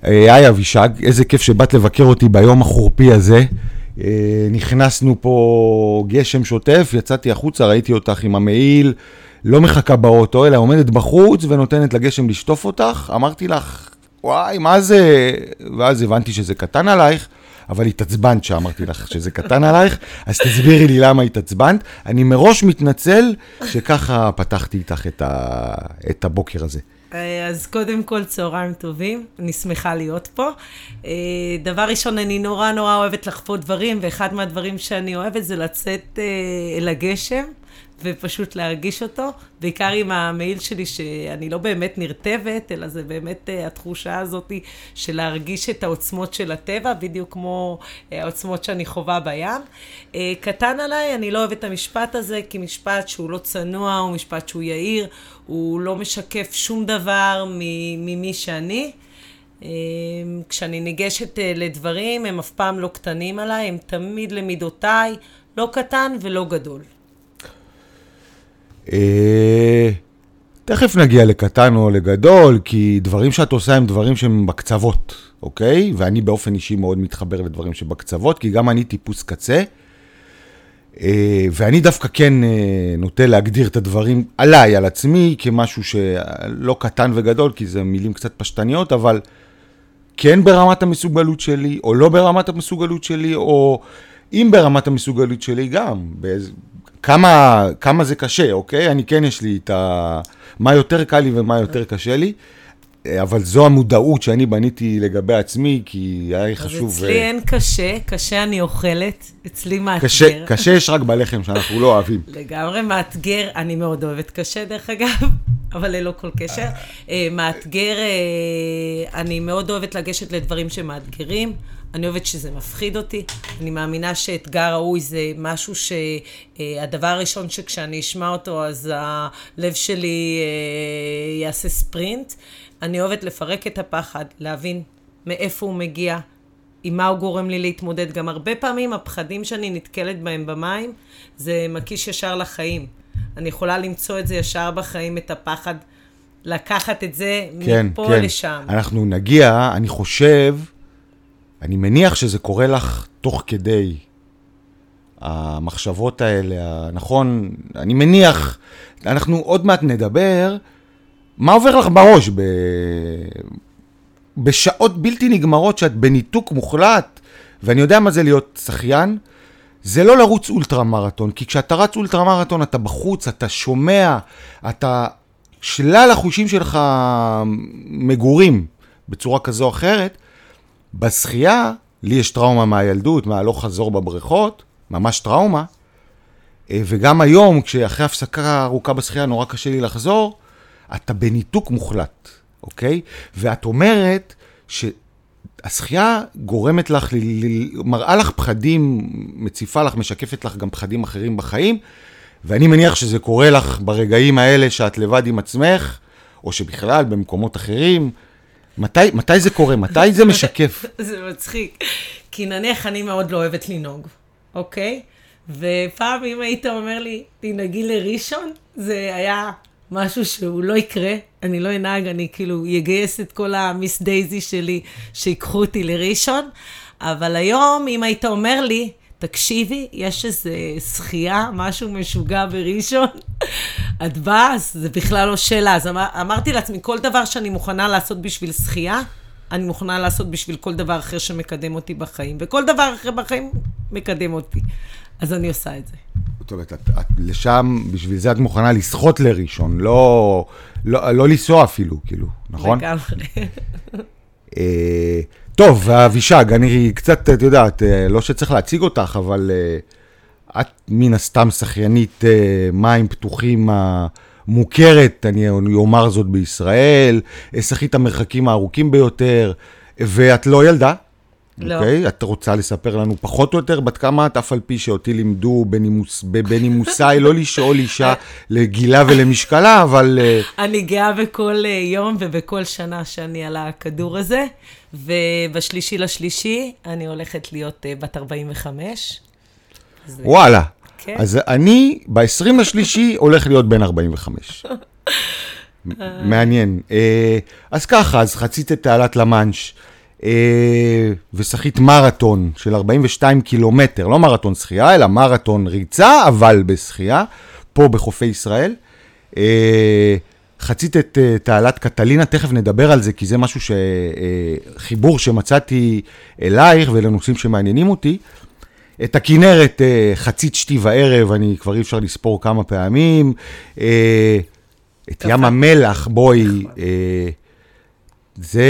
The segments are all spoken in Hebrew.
היי אבישג, איזה כיף שבאת לבקר אותי ביום החורפי הזה. נכנסנו פה גשם שוטף, יצאתי החוצה, ראיתי אותך עם המעיל, לא מחכה באוטו, אלא עומדת בחוץ ונותנת לגשם לשטוף אותך. אמרתי לך, וואי, מה זה? ואז הבנתי שזה קטן עלייך, אבל התעצבנת שאמרתי לך שזה קטן עלייך, אז תסבירי לי למה התעצבנת. אני מראש מתנצל שככה פתחתי איתך את הבוקר הזה. אז קודם כל צהריים טובים, אני שמחה להיות פה. דבר ראשון, אני נורא אוהבת לחפות דברים, ואחד מהדברים שאני אוהבת זה לצאת אל הגשם, ופשוט להרגיש אותו, בעיקר עם המעיל שלי שאני לא באמת נרטבת, אלא זה באמת התחושה הזאת של להרגיש את העוצמות של הטבע, בדיוק כמו העוצמות שאני חווה בים. קטן עליי, אני לא אוהבת את המשפט הזה, כי משפט שהוא לא צנוע, הוא משפט שהוא יאיר, הוא לא משקף שום דבר ממי שאני. כשאני ניגשת לדברים, הם אף פעם לא קטנים עליי, הם תמיד למידותיי, לא קטן ולא גדול. תכף נגיע לקטן או לגדול, כי דברים שאת עושה הם דברים שהם בקצוות, אוקיי? ואני באופן אישי מאוד מתחבר לדברים שבקצוות, כי גם אני טיפוס קצה, ואני דווקא כן נוטה להגדיר את הדברים עליי, על עצמי, כמשהו שלא קטן וגדול, כי זה מילים קצת פשטניות, אבל כן ברמת המסוגלות שלי, או לא ברמת המסוגלות שלי, או אם ברמת המסוגלות שלי גם, כמה זה קשה, אוקיי? אני כן יש לי את מה יותר קל לי ומה יותר קשה לי, אבל זו המודעות שאני בניתי לגבי עצמי, כי היה לי חשוב... אז אצלי אין קשה, קשה אני אוכלת, אצלי מאתגר. קשה יש רק בלחם שאנחנו לא אוהבים. לגמרי מאתגר, אני מאוד אוהבת קשה דרך אגב, אבל ללא כל קשר. מאתגר, אני מאוד אוהבת לגשת לדברים שמאתגרים, אני אוהבת שזה מפחיד אותי, אני מאמינה שאתגר ראוי זה משהו שהדבר הראשון שכשאני אשמע אותו, אז הלב שלי יעשה ספרינט. אני אוהבת לפרק את הפחד, להבין מאיפה הוא מגיע, עם מה הוא גורם לי להתמודד. גם הרבה פעמים הפחדים שאני נתקלת בהם במים, זה מקיש ישר לחיים. אני יכולה למצוא את זה ישר בחיים, את הפחד, לקחת את זה מפה לשם. אנחנו נגיע, אני חושב, אני מניח שזה קורה לך תוך כדי המחשבות האלה, נכון? אני מניח, אנחנו עוד מעט נדבר, מה עובר לך בראש בשעות בלתי נגמרות שאת בניתוק מוחלט, ואני יודע מה זה להיות שחיין, זה לא לרוץ אולטרה מרתון, כי כשאתה רץ אולטרה מרתון אתה בחוץ, אתה שומע, אתה שלל החושים שלך מגורים בצורה כזו או אחרת. בשחייה, לי יש טראומה מהילדות, מהלוך חזור בבריכות, ממש טראומה, וגם היום כשאחרי הפסקה ארוכה בשחייה נורא קשה לי לחזור, אתה בניתוק מוחלט, אוקיי? ואת אומרת שהשחייה גורמת לך, מראה לך פחדים, מציפה לך, משקפת לך גם פחדים אחרים בחיים, ואני מניח שזה קורה לך ברגעים האלה שאת לבד עם עצמך, או שבכלל במקומות אחרים. מתי זה קורה? מתי זה משקף? זה מצחיק. כי נניח אני מאוד לא אוהבת לנהוג, אוקיי? ופעם אם היית אומר לי, תנהגי לראשון, זה היה משהו שהוא לא יקרה, אני לא אנהג, אני כאילו יגייס את כל המיס דייזי שלי שיקחו אותי לראשון, אבל היום אם היית אומר לי, תקשיבי, יש איזה שחייה, משהו משוגע בראשון, את באה, זה בכלל לא שאלה. אז אמרתי לעצמי, כל דבר שאני מוכנה לעשות בשביל שחייה, אני מוכנה לעשות בשביל כל דבר אחר שמקדם אותי בחיים, וכל דבר אחר בחיים מקדם אותי. אז אני עושה את זה. זאת אומרת, את לשם, בשביל זה את מוכנה לשחות לראשון, לא לנסוע אפילו, כאילו, נכון? לגמרי. טוב, אבישג, אני קצת, את יודעת, לא שצריך להציג אותך, אבל את מן הסתם שחיינית מים פתוחים מוכרת, אני אומר זאת בישראל, שחית המרחקים הארוכים ביותר, ואת לא ילדה. לא. אוקיי? את רוצה לספר לנו פחות או יותר, בת כמה את אף על פי שאותי לימדו בנימוסי, לא לשאול אישה לגילה ולמשקלה, אבל... אני גאה בכל יום ובכל שנה שאני על הכדור הזה, ובשלישי לשלישי אני הולכת להיות בת 45. וואלה. כן. אז אני ב-20 לשלישי הולך להיות בן 45. מעניין. אז ככה, אז חצית את תעלת למאנש. ושחית מרתון של 42 קילומטר, לא מרתון שחייה, אלא מרתון ריצה, אבל בשחייה, פה בחופי ישראל. חצית את תעלת קטלינה, תכף נדבר על זה, כי זה משהו חיבור שמצאתי אלייך ולנושאים שמעניינים אותי. את הכינרת חצית שתי וערב, אני כבר אי אפשר לספור כמה פעמים. את ים המלח, בואי, זה...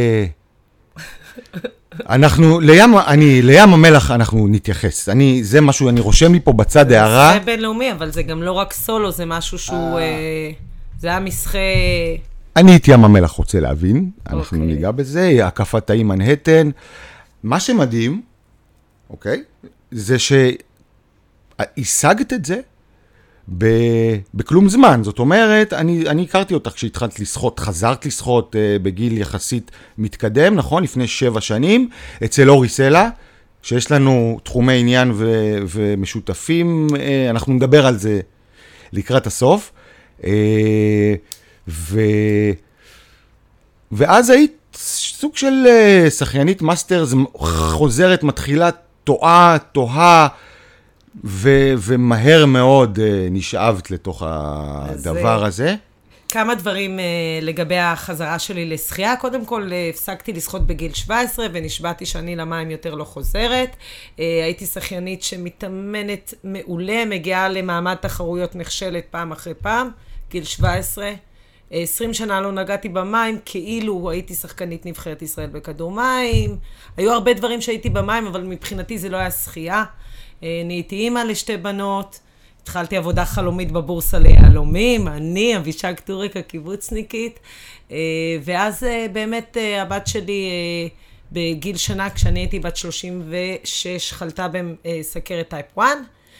לים המלח אנחנו נתייחס. זה משהו, אני רושם לי פה בצד הערה. זה בינלאומי, אבל זה גם לא רק סולו, זה משהו שהוא... זה היה משחק... אני את ים המלח רוצה להבין, אנחנו ניגע בזה, הקפת האי מנהטן. מה שמדהים, אוקיי, זה שהשגת את זה בכלום זמן. זאת אומרת, אני הכרתי אותך כשהתחלת לשחות, חזרת לשחות בגיל יחסית מתקדם, נכון? לפני 7 שנים, אצל אורי סלע, שיש לנו תחומי עניין ומשותפים, אנחנו נדבר על זה לקראת הסוף. ואז היית סוג של שחיינית מאסטרס, חוזרת, מתחילה, תוהה, ומהר מאוד נשאבת לתוך הדבר הזה. כמה דברים לגבי החזרה שלי לשחייה. קודם כל, הפסקתי לשחות בגיל 17, ונשבעתי שאני למים יותר לא חוזרת. הייתי שחיינית שמתאמנת מעולה, מגיעה למעמד תחרויות נכשלת פעם אחרי פעם, גיל 17. 20 שנה לא נגעתי במים, כאילו הייתי שחקנית נבחרת ישראל בכדור מים. היו הרבה דברים שהייתי במים, אבל מבחינתי זה לא היה שחייה. נהייתי אימא לשתי בנות, התחלתי עבודה חלומית בבורסה ליהלומים, אני, אבישג טוריק הקיבוצניקית, ואז באמת הבת שלי בגיל שנה, כשאני הייתי בת 36, חלתה בסכרת טייפ 1,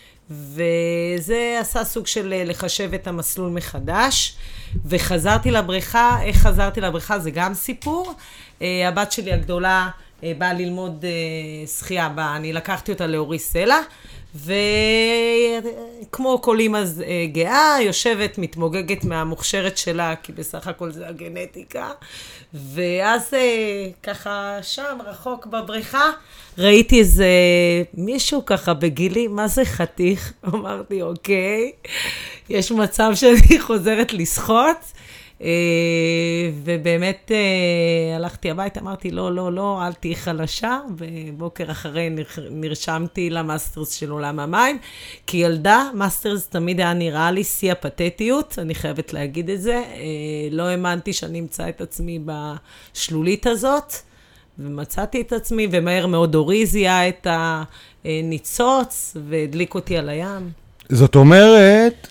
וזה עשה סוג של לחשב את המסלול מחדש, וחזרתי לבריכה. איך חזרתי לבריכה? זה גם סיפור. הבת שלי הגדולה באה ללמוד שחייה, אני לקחתי אותה לאורי סלע, וכמו כל אמא גאה, יושבת, מתמוגגת מהמוכשרת שלה, כי בסך הכל זה הגנטיקה, ואז ככה שם, רחוק בבריכה, ראיתי איזה מישהו ככה בגילי, מה זה חתיך? אמרתי, אוקיי, יש מצב שאני חוזרת לשחות, ובאמת הלכתי הביתה, אמרתי לא, אל תהי חלשה, ובוקר אחרי נרשמתי למאסטרס של עולם המים, כי ילדה, מאסטרס תמיד היה נראה לי שיא הפתטיות, אני חייבת להגיד את זה, לא האמנתי שאני אמצא את עצמי בשלולית הזאת, ומצאתי את עצמי, ומהר מאוד אורי זיהה את הניצוץ, והדליק אותי על הים. זאת אומרת,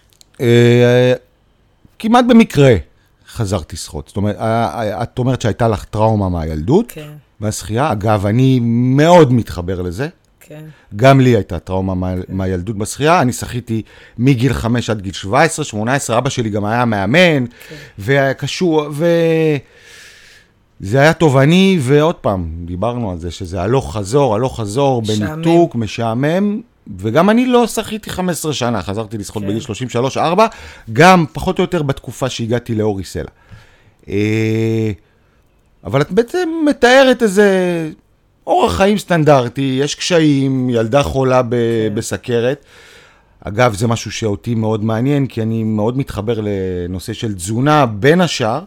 כמעט במקרה חזרתי לשחות. זאת אומרת, את אומרת שהייתה לך טראומה מהילדות, כן. בשחייה. אגב, אני מאוד מתחבר לזה. כן. גם לי הייתה טראומה מהילדות בשחייה. אני שחיתי מגיל 5 עד גיל 17, 18. אבא שלי גם היה מאמן, כן. וקשור, זה היה תובעני, ועוד פעם, דיברנו על זה, שזה הלוך חזור, בניתוק, משעמם, וגם אני לא שחיתי 15 שנה, חזרתי לשחות בגיל 33-4, גם פחות או יותר בתקופה שהגעתי לאורי סלע. אבל את בעצם מתארת איזה אורח חיים סטנדרטי, יש קשיים, ילדה חולה בסכרת. אגב, זה משהו שאותי מאוד מעניין, כי אני מאוד מתחבר לנושא של תזונה בין השאר,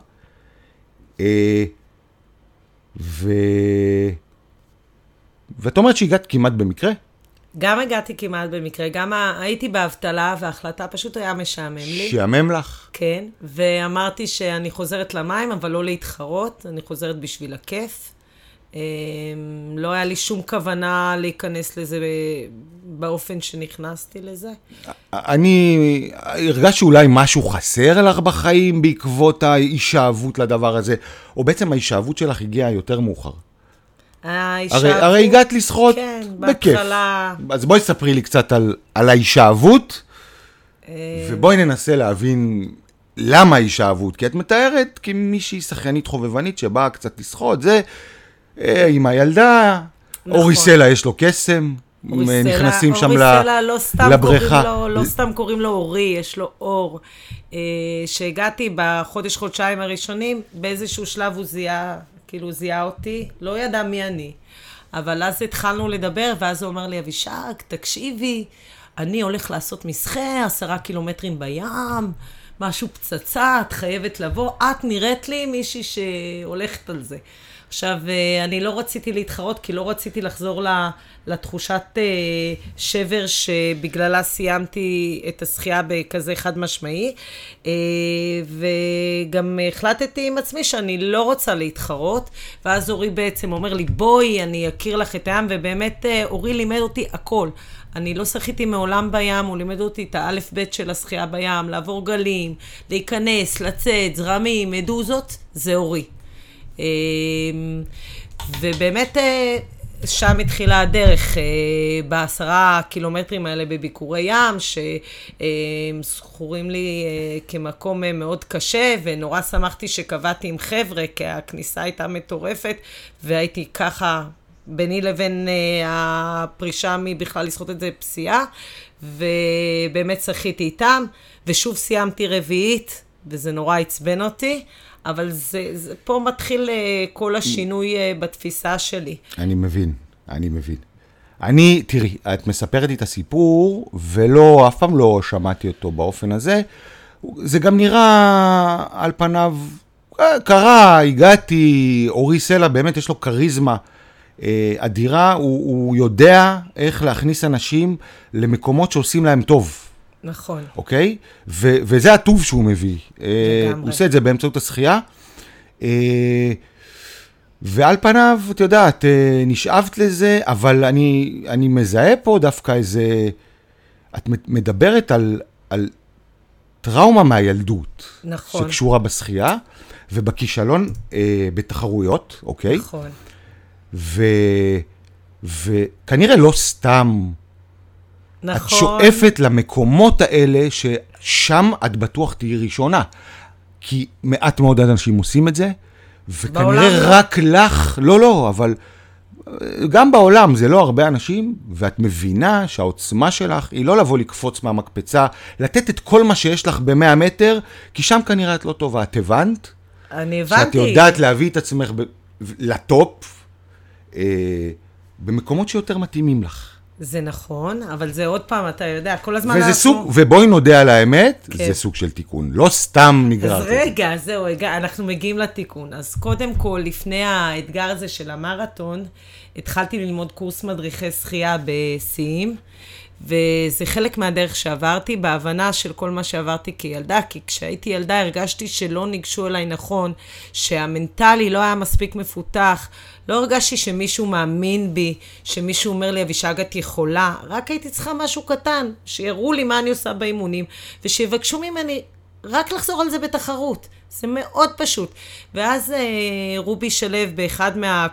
ואת אומרת שהגעת כמעט במקרה? גם הגעתי כמעט במקרה, גם הייתי בהבטלה, וההחלטה פשוט היה משעמם לי. שעמם לך? כן, ואמרתי שאני חוזרת למים, אבל לא להתחרות, אני חוזרת בשביל הכיף. לא היה לי שום כוונה להיכנס לזה באופן שנכנסתי לזה. אני הרגש שאולי משהו חסר לך בחיים בעקבות ההישאבות לדבר הזה, או בעצם ההישאבות שלך הגיעה יותר מאוחר. הרי הגעת לשחות בכיף. אז בואי ספרי לי קצת על ההישאבות, ובואי ננסה להבין למה ההישאבות, כי את מתארת כמישהי שחיינית חובבנית שבאה קצת לשחות, זה עם הילדה, אורי סלע יש לו קסם, נכנסים שם לבריכה. לא סתם קוראים לו אורי, יש לו אור. שהגעתי בחודש-חודשיים הראשונים, באיזשהו שלב הוא זיהה כאילו זיהה אותי, לא ידע מי אני. אבל אז התחלנו לדבר, ואז הוא אומר לי, אבישג, תקשיבי, אני הולך לעשות מסחה, 10 קילומטרים בים, משהו פצצה, את חייבת לבוא, את נראית לי מישהי שהולכת על זה. עכשיו, אני לא רציתי להתחרות, כי לא רציתי לחזור לתחושת שבר שבגללה סיימתי את השחייה בכזה חד משמעי, וגם החלטתי עם עצמי שאני לא רוצה להתחרות, ואז אורי בעצם אומר לי, בואי, אני אכיר לך את הים, ובאמת אורי לימד אותי הכל. אני לא שחיתי מעולם בים, הוא לימד אותי את האלף בית של השחייה בים, לעבור גלים, להיכנס, לצאת, זרמים, מדוזות, זה אורי. ובאמת שם התחילה הדרך ב10 קילומטרים האלה בביקורי ים, שזכורים לי כמקום מאוד קשה, ונורא שמחתי שקבעתי עם חבר'ה, כי הכניסה הייתה מטורפת, והייתי ככה ביני לבין הפרישה מבכלל לשחות את זה פסיעה, ובאמת שחיתי איתם, ושוב סיימתי רביעית, וזה נורא עצבן אותי, אבל זה פה מתחיל כל השינוי בתפיסה שלי. אני מבין. תראי, את מספרת לי את הסיפור, ולא, אף פעם לא שמעתי אותו באופן הזה. זה גם נראה על פניו, קרה, הגעתי, אורי סלע, באמת יש לו קריזמה אדירה, הוא יודע איך להכניס אנשים למקומות שעושים להם טוב. נכון. אוקיי? וזה הטוב שהוא מביא. הוא עושה את זה באמצעות השחייה. ועל פניו, את יודעת, נשאבת לזה, אבל אני מזהה פה דווקא איזה... את מדברת על טראומה מהילדות. נכון. שקשורה בשחייה, ובכישלון בתחרויות, אוקיי? נכון. וכנראה לא סתם... נכון. את שואפת למקומות האלה ששם את בטוח תהיי ראשונה. כי מעט מאוד אנשים עושים את זה, וכנראה רק לך, לא, אבל גם בעולם זה לא הרבה אנשים, ואת מבינה שהעוצמה שלך היא לא לבוא לקפוץ מהמקפצה, לתת את כל מה שיש לך ב100 מטר, כי שם כנראה את לא טובה. את הבנת? אני הבנתי. שאת יודעת להביא את עצמך לטופ, במקומות שיותר מתאימים לך. זה נכון, אבל זה עוד פעם, אתה יודע, כל הזמן... וזה סוג, ובואי נודה על האמת, כן. זה סוג של תיקון, לא סתם נגררת. אז רגע, זהו, אנחנו מגיעים לתיקון. אז קודם כל, לפני האתגר הזה של המרתון, התחלתי ללמוד קורס מדריכי שחייה בשיאים, וזה חלק מהדרך שעברתי, בהבנה של כל מה שעברתי כילדה, כי כשהייתי ילדה הרגשתי שלא ניגשו אליי נכון, שהמנטלי לא היה מספיק מפותח, לא הרגשתי שמישהו מאמין בי, שמישהו אומר לי, אבישג את יכולה, רק הייתי צריכה משהו קטן, שיראו לי מה אני עושה באימונים, ושיבקשו ממני רק לחזור על זה בתחרות. זה מאוד פשוט. ואז רובי שלב באחד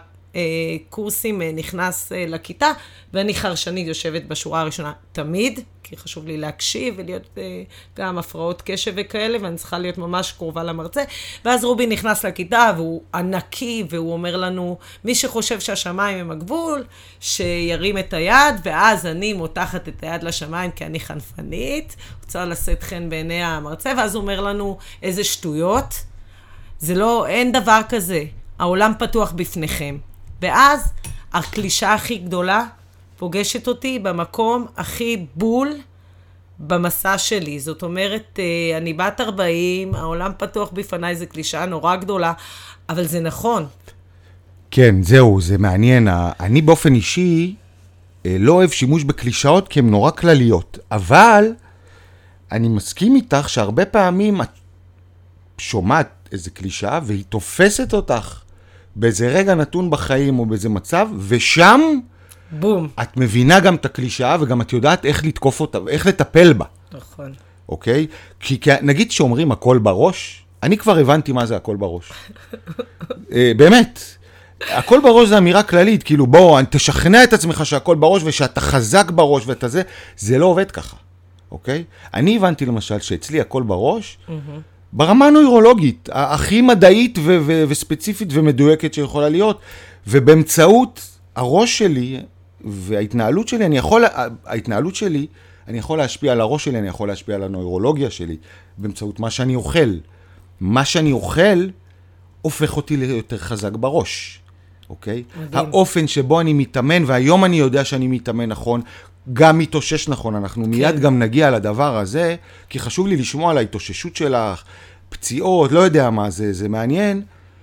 קורסים נכנס לכיתה, ואני חרשנית יושבת בשורה הראשונה תמיד, כי חשוב לי להקשיב ולהיות גם הפרעות קשב וכאלה, ואני צריכה להיות ממש קרובה למרצה. ואז רובי נכנס לכיתה, והוא ענקי, והוא אומר לנו, מי שחושב שהשמיים הם הגבול, שירים את היד, ואז אני מותחת את היד לשמיים, כי אני חנפנית, רוצה לשאת חן בעיני המרצה, ואז הוא אומר לנו, איזה שטויות, זה לא, אין דבר כזה, העולם פתוח בפניכם. ואז הקלישה הכי גדולה פוגשת אותי במקום הכי בול במסע שלי. זאת אומרת, אני בת 40, העולם פתוח בפניי, זה קלישה נורא גדולה, אבל זה נכון. כן, זהו, זה מעניין. אני באופן אישי לא אוהב שימוש בקלישאות כי הן נורא כלליות, אבל אני מסכים איתך שהרבה פעמים את שומעת איזה קלישה והיא תופסת אותך באיזה רגע נתון בחיים או באיזה מצב, ושם בום. את מבינה גם את הקלישאה, וגם את יודעת איך לתקוף אותה, איך לטפל בה. נכון. אוקיי? כי נגיד שאומרים הכל בראש, אני כבר הבנתי מה זה הכל בראש. באמת. הכל בראש זה אמירה כללית, כאילו בוא, תשכנע את עצמך שהכל בראש, ושאתה חזק בראש ואת הזה, זה לא עובד ככה. אוקיי? אני הבנתי למשל שאצלי הכל בראש, ברמה הנוירולוגית, הכי מדעית וספציפית ומדויקת שיכולה להיות, ובאמצעות הראש שלי וההתנהלות שלי, אני יכול להשפיע על הראש שלי, אני יכול להשפיע על הנוירולוגיה שלי, באמצעות מה שאני אוכל. מה שאני אוכל הופך אותי ליותר חזק בראש, אוקיי? מדהים. האופן שבו אני מתאמן, והיום אני יודע שאני מתאמן נכון, גם מתאושש נכון, אנחנו מיד גם נגיע לדבר הזה, כי חשוב לי לשמוע על ההתאוששות שלך, פציעות, לא יודע מה זה, זה מעניין.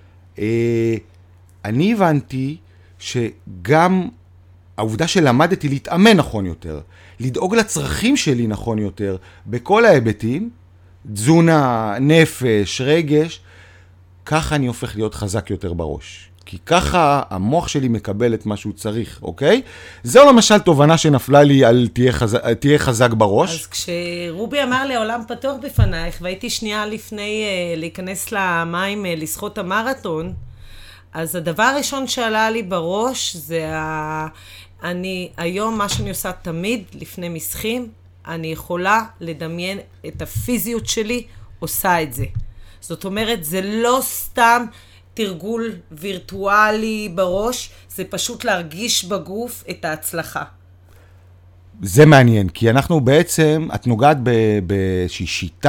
אני הבנתי שגם העובדה שלמדתי להתאמן נכון יותר, לדאוג לצרכים שלי נכון יותר, בכל ההיבטים, תזונה, נפש, רגש, ככה אני הופך להיות חזק יותר בראש. כי ככה המוח שלי מקבל את מה שהוא צריך, אוקיי? זו למשל תובנה שנפלה לי על תהיה חזק בראש. אז כשרובי אמר לי, העולם פתוח בפנייך, והייתי שנייה לפני להיכנס למים, לשחות המרתון, אז הדבר הראשון שעלה לי בראש זה היום מה שאני עושה תמיד לפני משחים, אני יכולה לדמיין את הפיזיות שלי עושה את זה. זאת אומרת, זה לא סתם תרגול וירטואלי בראש, זה פשוט להרגיש בגוף את ההצלחה. זה מעניין, כי אנחנו בעצם, את נוגעת באיזושהי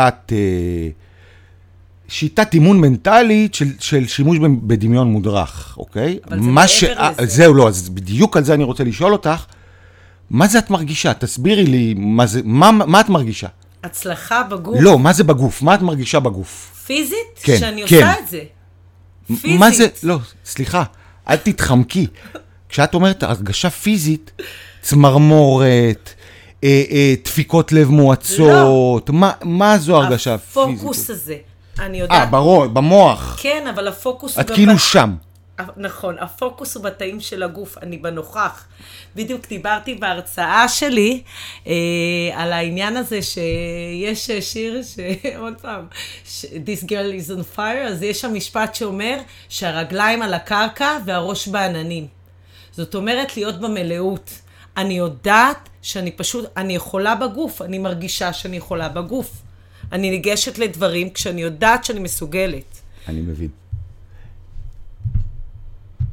שיטת אימון מנטלית של שימוש בדמיון מודרך, אוקיי? אבל זה מעבר לזה. זהו, לא, אז בדיוק על זה אני רוצה לשאול אותך, מה זה את מרגישה? תסבירי לי, מה את מרגישה? הצלחה בגוף. לא, מה זה בגוף? מה את מרגישה בגוף? פיזית? כן, שאני כן. עושה את זה. פיזית. מה זה? לא, סליחה, אל תתחמקי. כשאת אומרת הרגשה פיזית, צמרמורת, דפיקות לב מועצות, מה זו הרגשה פיזית? הפוקוס הזה. אני יודעת. במוח. כן, אבל הפוקוס את כאילו שם. נכון, הפוקוס הוא בתאים של הגוף, אני בנוכח. בדיוק דיברתי בהרצאה שלי על העניין הזה שיש שיר שעוד פעם, This girl is on fire, אז יש שם משפט שאומר שהרגליים על הקרקע והראש בעננים. זאת אומרת להיות במלאות. אני יודעת שאני פשוט, אני יכולה בגוף, אני מרגישה שאני יכולה בגוף. אני ניגשת לדברים כשאני יודעת שאני מסוגלת. אני מבין.